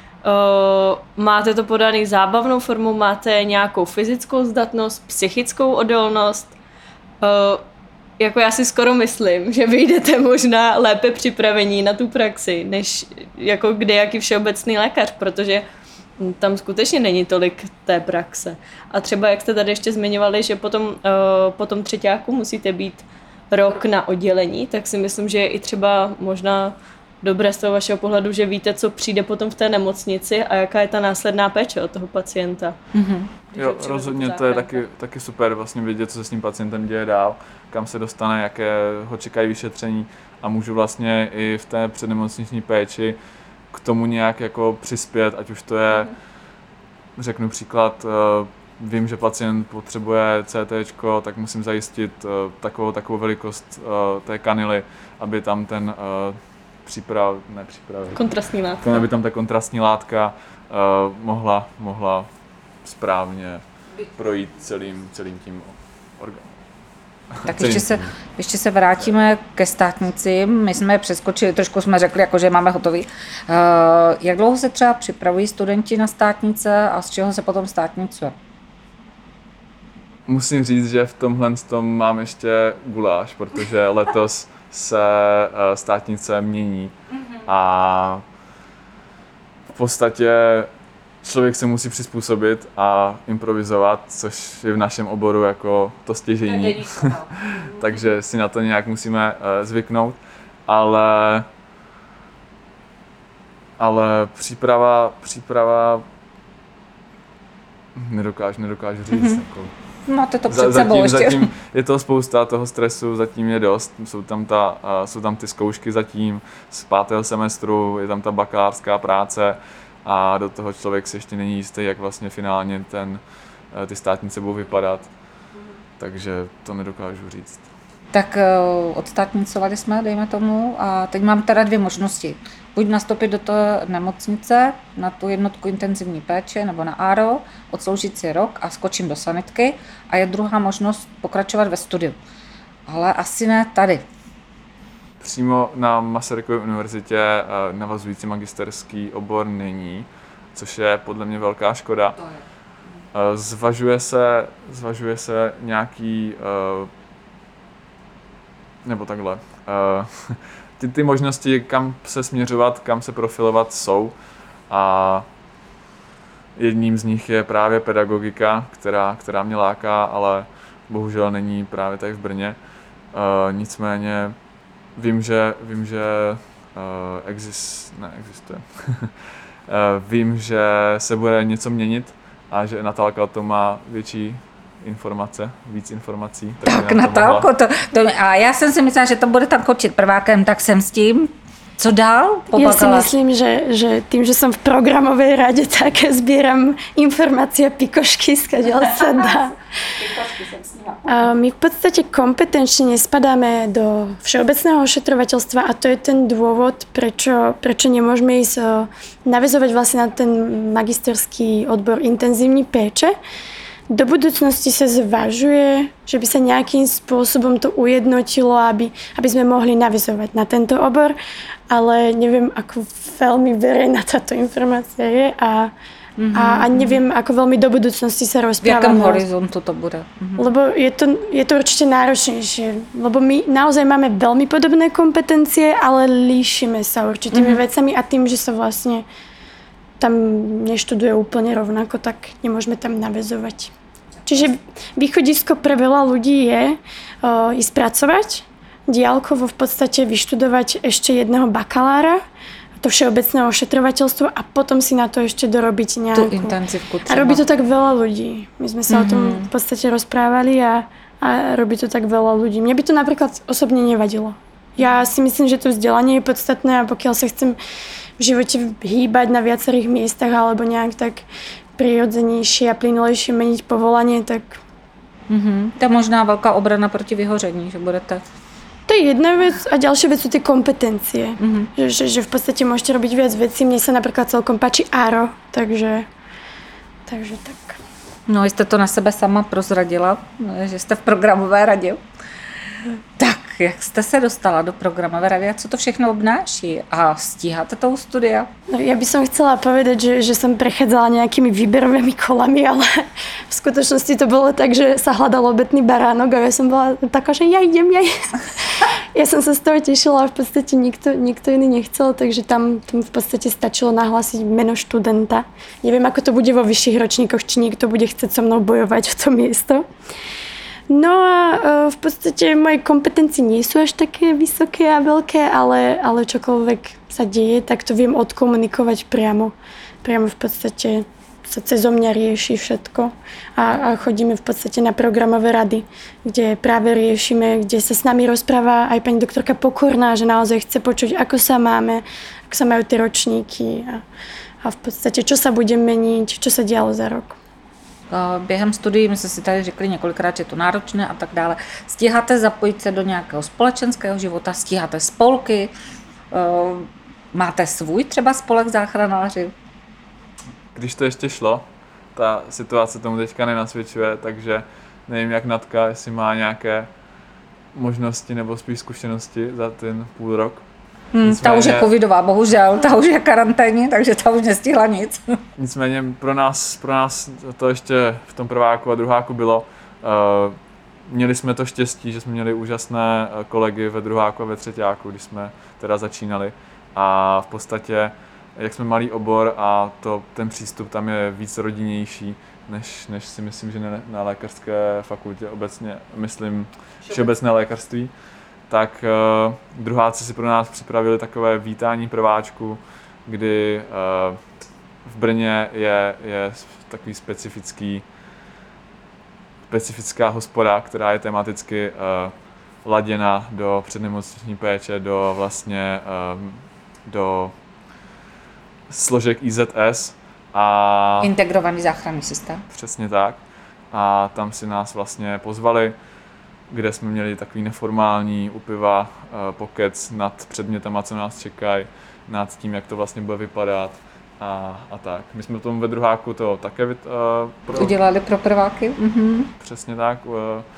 uh, máte to podaný zábavnou formou, máte nějakou fyzickou zdatnost, psychickou odolnost. Uh, jako já si skoro myslím, že vy jdete možná lépe připravení na tu praxi, než jako kdejaký všeobecný lékař, protože tam skutečně není tolik té praxe. A třeba, jak jste tady ještě zmiňovali, že potom, uh, potom třetíku musíte být rok na oddělení, tak si myslím, že je i třeba možná dobré z toho vašeho pohledu, že víte, co přijde potom v té nemocnici a jaká je ta následná péče od toho pacienta. Mhm. Jo, rozhodně to je taky, taky super vlastně vědět, co se s tím pacientem děje dál, kam se dostane, jaké ho čekají vyšetření a můžu vlastně i v té přednemocniční péči k tomu nějak jako přispět, ať už to je, řeknu příklad, vím, že pacient potřebuje cé téčko, tak musím zajistit takovou, takovou velikost té kanily, aby tam ten příprav, ne příprav, Kontrastní látka. aby tam ta kontrastní látka mohla, mohla správně projít celým, celým tím orgánem. Tak ještě se, ještě se vrátíme ke státnici. My jsme je přeskočili, trošku jsme řekli, jako, že máme hotový. Uh, jak dlouho se třeba připravují studenti na státnice a z čeho se potom státnicuje? Musím říct, že v tomhle tom mám ještě guláš, protože letos se státnice mění a v podstatě člověk se musí přizpůsobit a improvizovat, což je v našem oboru jako to stěžejní. Takže si na to nějak musíme zvyknout, ale, ale příprava, příprava nedokážu, nedokážu říct. Mm-hmm. Jako, Máte to Za- před sebou zatím, ještě. zatím je to spousta toho stresu, zatím je dost. Jsou tam, ta, uh, jsou tam ty zkoušky zatím z pátého semestru, je tam ta bakalářská práce a do toho člověk si ještě není jistý, jak vlastně finálně ten, uh, ty státnice budou vypadat. Takže to nedokážu říct. Tak uh, odstátnicovali jsme, dejme tomu, a teď mám teda dvě možnosti. Buď nastoupit do té nemocnice na tu jednotku intenzivní péče nebo na á er o, odsloužit si rok a skočím do sanitky, a je druhá možnost pokračovat ve studiu. Ale asi ne tady. Přímo na Masarykově univerzitě uh, navazující magisterský obor není, což je podle mě velká škoda. Uh, zvažuje se, zvažuje se nějaký uh, nebo takhle. Uh, ty, ty možnosti, kam se směřovat, kam se profilovat, jsou. A jedním z nich je právě pedagogika, která, která mě láká, ale bohužel není právě tady v Brně. Uh, nicméně vím, že, vím, že uh, exist, ne, existuje. uh, vím, že se bude něco měnit a že Natálka o tom má větší informace, víc informací. Tak Natálko, to, to, a já jsem si myslela, že to bude tam končit prvákem, tak jsem s tím. Co dál? Po Ja si bakaláři? myslím, že, že tým, že som v programovej rade, tak zbieram informácie a pikošky, skadiaľ sa dá. A my v podstate kompetenčne nespadáme do všeobecného ošetrovateľstva a to je ten dôvod, prečo, prečo nemôžeme ísť o, naväzovať vlastne na ten magisterský odbor intenzívní péče. Do budúcnosti sa zvažuje, že by sa nejakým spôsobom to ujednotilo, aby, aby sme mohli navizovať na tento obor, ale neviem, ako veľmi verejná táto informácia je a, mm-hmm. a, a neviem, ako veľmi do budúcnosti sa V rozprávame. jakém horizontu to bude? Mhm. Lebo je to, je to určite náročnejšie, lebo my naozaj máme veľmi podobné kompetencie, ale líšime sa určitými mm-hmm. vecami a tým, že sa vlastne tam neštuduje úplne rovnako, tak nemôžeme tam naväzovať. Čiže východisko pre veľa ľudí je o, ísť pracovať, diaľkovo v podstate vyštudovať ešte jedného bakalára, to všeobecné ošetrovateľstvo a potom si na to ešte dorobiť nejakú... Tu intenzívku A robí to tak veľa ľudí. My sme sa mm-hmm. o tom v podstate rozprávali a, a robí to tak veľa ľudí. Mne by to napríklad osobne nevadilo. Ja si myslím, že to vzdelanie je podstatné a pokiaľ sa chcem v živote hýbať na viacerých miestach alebo nejak tak prirodzenejšie a plynulejšie meniť povolanie, tak... Mhm. To je možná velká obrana proti vyhoření, že budete... To je jedna vec a ďalšia vec sú tie kompetencie. Mhm. Že, že, že v podstate môžete robiť viac vecí. Mne sa napríklad celkom páči á er o, takže... Takže tak. No, jste to na sebe sama prozradila, že jste v programové radě. Tak, jak jste se dostala do programové rady a co to všechno obnáší? A stíháte toho studia? No, ja by som chcela povedať, že, že som prechádzala nejakými výberovými kolami, ale v skutočnosti to bolo tak, že sa hľadal obetný baránok a ja som bola taká, že ja idem, ja idem. Ja som sa z toho tešila a v podstate nikto, nikto iný nechcel, takže tam, tam v podstate stačilo nahlásiť meno študenta. Neviem, ako to bude vo vyšších ročníkoch, či niekto bude chcieť so mnou bojovať o to miesto. No a v podstate moje kompetencie nie sú až také vysoké a veľké, ale, ale čokoľvek sa deje, tak to viem odkomunikovať priamo. Priamo v podstate sa cezo mňa rieši všetko a, a chodíme v podstate na programové rady, kde práve riešime, kde sa s nami rozpráva aj pani doktorka Pokorná, že naozaj chce počuť, ako sa máme, ako sa majú tie ročníky a, a v podstate čo sa bude meniť, čo sa dialo za rok. Během studií, my jsme si tady řekli několikrát, že je to náročné a tak dále. Stíháte zapojit se do nějakého společenského života, stíháte spolky, máte svůj třeba spolek záchranáři? Když to ještě šlo, ta situace tomu teďka nenasvědčuje, takže nevím jak Natka, jestli má nějaké možnosti nebo spíš zkušenosti za ten půl rok. Hmm, ta už je covidová, bohužel, ta už je karanténní, takže ta už nestihla nic. Nicméně pro nás, pro nás to ještě v tom prváku a druháku bylo. Uh, měli jsme to štěstí, že jsme měli úžasné kolegy ve druháku a ve třetíku, když jsme teda začínali. A v podstatě, jak jsme malý obor a to, ten přístup tam je víc rodinnější, než, než si myslím, že na, na lékařské fakultě obecně, myslím, všeobecné lékařství. Tak uh, druháci si pro nás připravili takové vítání prváčku, kdy uh, v Brně je, je takový specifický specifická hospoda, která je tematicky uh, laděna do přednemocniční péče, do vlastně um, do složek I Z S a Integrovaný záchranný systém. přesně tak. A tam si nás vlastně pozvali, kde jsme měli takový neformální u piva uh, pokec nad předmětama, co nás čekají, nad tím, jak to vlastně bude vypadat a, a tak. My jsme tomu ve druháku to také uh, pro... Udělali pro prváky? Mhm. Přesně tak, uh,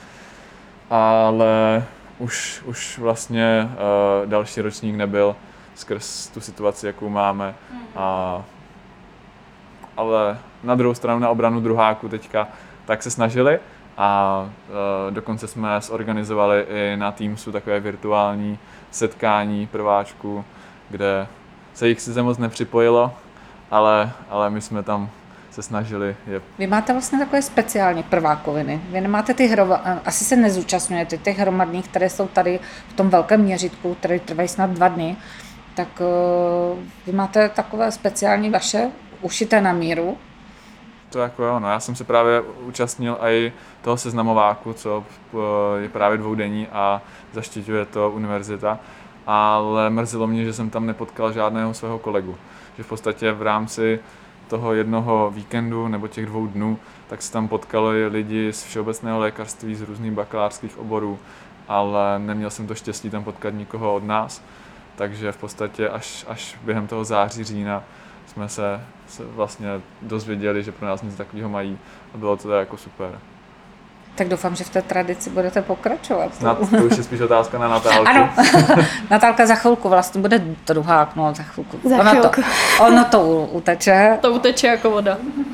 ale už, už vlastně uh, další ročník nebyl skrz tu situaci, jakou máme. A, ale na druhou stranu, na obranu druháku teďka, tak se snažili a uh, dokonce jsme zorganizovali i na Teamsu takové virtuální setkání prváčků, kde se jich sice moc nepřipojilo, ale, ale my jsme tam se snažili je. Vy máte vlastně takové speciální prvákoviny. Vy nemáte ty hrova, asi se nezúčastňujete těch hromadných, které jsou tady v tom velkém měřítku, které trvají snad dva dny, tak uh, vy máte takové speciální vaše, ušité na míru. To jako jo, no já jsem se právě účastnil i toho seznamováku, co je právě dvoudenní a zaštiťuje to univerzita, ale mrzelo mě, že jsem tam nepotkal žádného svého kolegu. Že v podstatě v rámci toho jednoho víkendu nebo těch dvou dnů, tak se tam potkali lidi z všeobecného lékařství, z různých bakalářských oborů, ale neměl jsem to štěstí tam potkat nikoho od nás, takže v podstatě až, až během toho září, října jsme se, se vlastně dozvěděli, že pro nás nic takového mají a bylo to jako super. Tak doufám, že v té tradici budete pokračovat. Snad to už je spíš otázka na Natálku. Ano, Natálka za chvilku vlastně bude druhák, no za chvilku. Za ono, chvilku. to, ono to uteče. To uteče jako voda.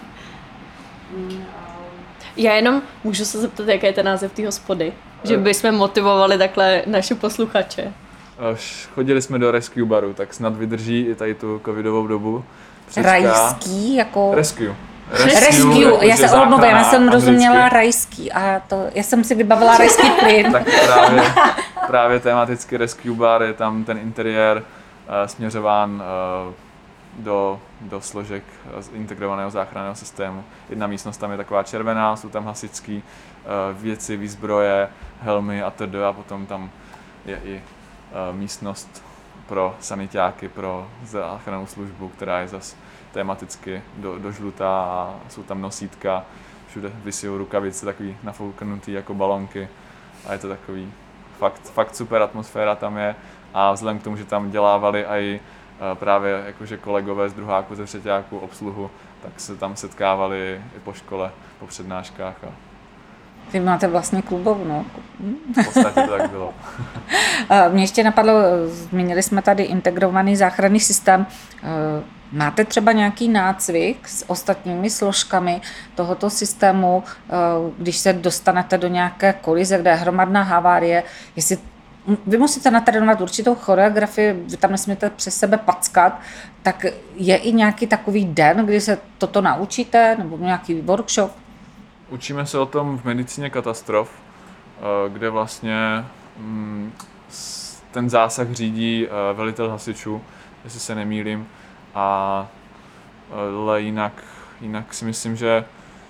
Já jenom můžu se zeptat, jaký je ten název té hospody? Že bychom motivovali takhle naše posluchače. Až chodili jsme do rescue baru, tak snad vydrží i tady tu covidovou dobu. Přečká. Rajský, jako... Rescue. Rescue, já se záchrana omluvím, já jsem anglicky. rozuměla rajský a to, já jsem si vybavila rajský plyn. Tak právě, právě tematicky rescue bar, je tam ten interiér uh, směřován uh, do, do složek uh, integrovaného záchranného systému. Jedna místnost tam je taková červená, jsou tam hasičský uh, věci, výzbroje, helmy a td. A potom tam je i uh, místnost pro sanitáky, pro záchrannou službu, která je zase tematicky do, do žlutá a jsou tam nosítka, všude visí rukavice takový nafouknutý jako balonky a je to takový fakt, fakt super atmosféra tam je a vzhledem k tomu, že tam dělávali i právě jakože kolegové z druháku, ze třetíku obsluhu, tak se tam setkávali i po škole, po přednáškách a Vy máte vlastně klubovnu. v podstatě to tak bylo. Mě ještě napadlo, zmínili jsme tady integrovaný záchranný systém. Máte třeba nějaký nácvik s ostatními složkami tohoto systému, když se dostanete do nějaké kolize, kde je hromadná havárie, jestli vy musíte natrénovat určitou choreografii, vy tam nesmíte přes sebe packat, tak je i nějaký takový den, kdy se toto naučíte, nebo nějaký workshop? Učíme se o tom v medicíně katastrof, kde vlastně ten zásah řídí velitel hasičů, jestli se nemýlím, a ale jinak, jinak si myslím, že,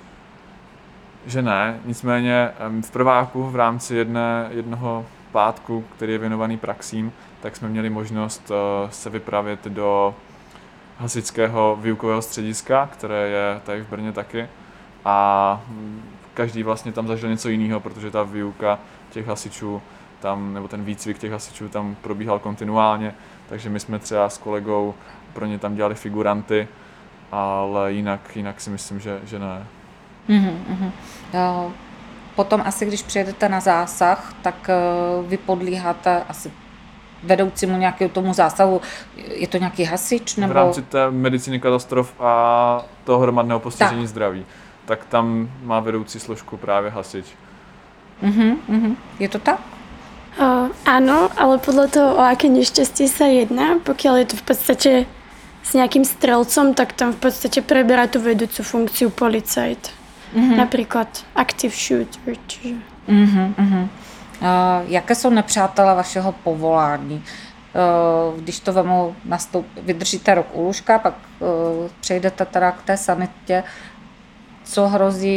že ne. Nicméně v prváku v rámci jedné, jednoho pátku, který je věnovaný praxím, tak jsme měli možnost se vypravit do hasičského výukového střediska, které je tady v Brně taky. A každý vlastně tam zažil něco jiného, protože ta výuka těch hasičů tam, nebo ten výcvik těch hasičů tam probíhal kontinuálně, takže my jsme třeba s kolegou pro ně tam dělali figuranty, ale jinak, jinak si myslím, že, že ne. Mm-hmm. Potom asi, když přijedete na zásah, tak vy podlíháte asi vedoucímu nějakému tomu zásahu. Je to nějaký hasič? Nebo... V rámci té medicíny katastrof a toho hromadného postižení tak. zdraví, tak tam má vedoucí složku právě hasič. Mm-hmm, mm-hmm. Je to tak? O, áno, ale podľa toho, o aké nešťastie sa jedná, pokiaľ je to v podstate s nejakým strelcom, tak tam v podstate preberá tú vedúcu funkciu policajt. Mm-hmm. Napríklad active shooter. Čiže... Mm-hmm, mm-hmm. Uh, jaké jsou nepřátelé vašeho povolání? Uh, když to vemu, nastup, vydržíte rok u lůžka, pak uh, přejdete teda k té sanitě, co hrozí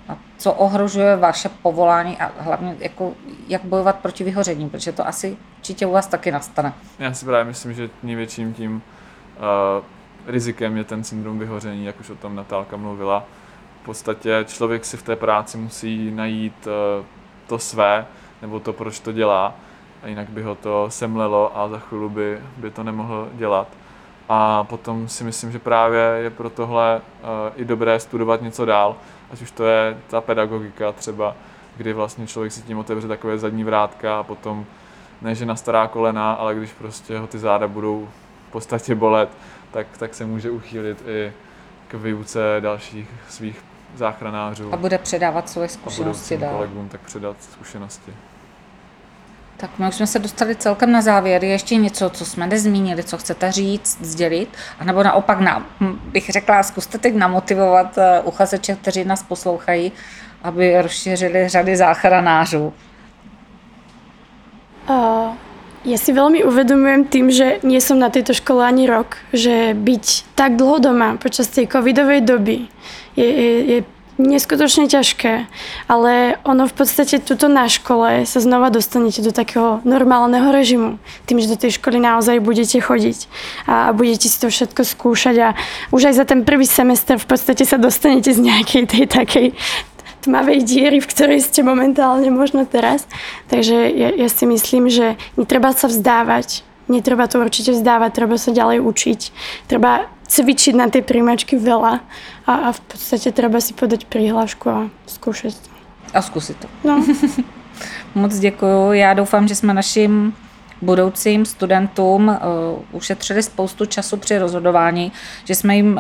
A co ohrožuje vaše povolání a hlavně jako, jak bojovat proti vyhoření, protože to asi určitě u vás taky nastane. Já si právě myslím, že největším tím uh, rizikem je ten syndrom vyhoření, jak už o tom Natálka mluvila. V podstatě člověk si v té práci musí najít uh, to své, nebo to, proč to dělá, a jinak by ho to semlelo a za chvíli by, by to nemohl dělat. A potom si myslím, že právě je pro tohle uh, i dobré studovat něco dál, ať už to je ta pedagogika třeba, kdy vlastně člověk si tím otevře takové zadní vrátka a potom ne, že na stará kolena, ale když prostě ho ty záda budou v podstatě bolet, tak, tak se může uchýlit i k výuce dalších svých záchranářů. A bude předávat svoje zkušenosti dál. Kolegům tak předat zkušenosti. Tak my už jsme se dostali celkem na závěr. Je ještě něco, co jsme nezmínili, co chcete říct, sdělit? A nebo naopak, na, bych řekla, zkuste teď namotivovat uchazeče, kteří nás poslouchají, aby rozšířili řady záchranářů. Uh, ja si veľmi uvedomujem tým, že nie som na tejto škole ani rok, že byť tak dlho doma počas tej covidovej doby je, je, je neskutočne ťažké, ale ono v podstate tuto na škole sa znova dostanete do takého normálneho režimu. Tým, že do tej školy naozaj budete chodiť a budete si to všetko skúšať a už aj za ten prvý semester v podstate sa dostanete z nejakej tej takej tmavej diery, v ktorej ste momentálne možno teraz. Takže ja, ja si myslím, že netreba sa vzdávať. Netreba to určite vzdávať, treba sa ďalej učiť. Treba cvičiť na tej príjmačky veľa a, a v podstate treba si podať prihlášku a skúšať to. A zkusit to. No. Moc děkuju. Já doufám, že jsme našim budoucím studentům uh, ušetřili spoustu času při rozhodování, že jsme jim uh,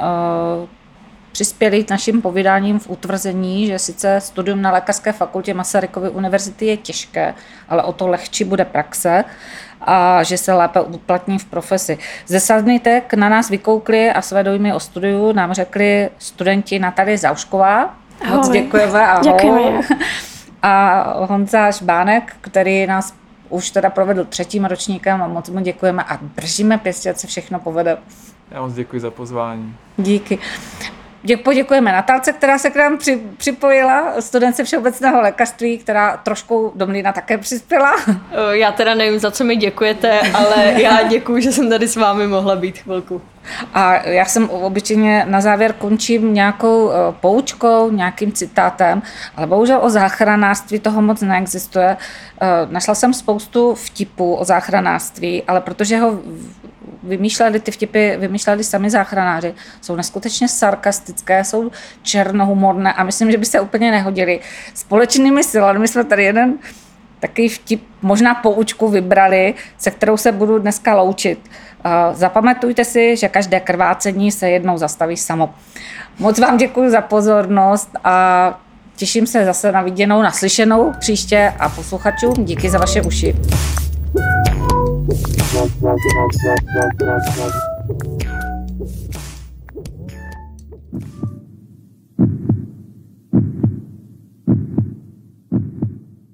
přispěli naším povídáním v utvrzení, že sice studium na Lékařské fakultě Masarykovy univerzity je těžké, ale o to lehčí bude praxe a že se lépe uplatní v profesi. Ze Sanitek na nás vykoukli a své dojmy o studiu nám řekli studenti Natalie Zaušková. Ahoj. Moc děkujeme. Ahoj. Děkujeme. A Honza Šbánek, který nás už teda provedl třetím ročníkem a moc mu děkujeme a držíme pěstí, ať se všechno povede. Já moc děkuji za pozvání. Díky. Dě- poděkujeme Natálce, která se k nám při- připojila, studentce všeobecného lékařství, která trošku do mlýna také přispěla. Já teda nevím, za co mi děkujete, ale já děkuju, že jsem tady s vámi mohla být chvilku. A já jsem obyčejně na závěr končím nějakou poučkou, nějakým citátem, ale bohužel o záchranářství toho moc neexistuje. Našla jsem spoustu vtipů o záchranářství, ale protože ho vymýšleli, ty vtipy vymýšleli sami záchranáři, jsou neskutečně sarkastické, jsou černohumorné a myslím, že by se úplně nehodili. Společnými silami jsme tady jeden takový vtip, možná poučku vybrali, se kterou se budu dneska loučit. Zapamatujte si, že každé krvácení se jednou zastaví samo. Moc vám děkuji za pozornost a těším se zase na viděnou, naslyšenou příště a posluchačům díky za vaše uši.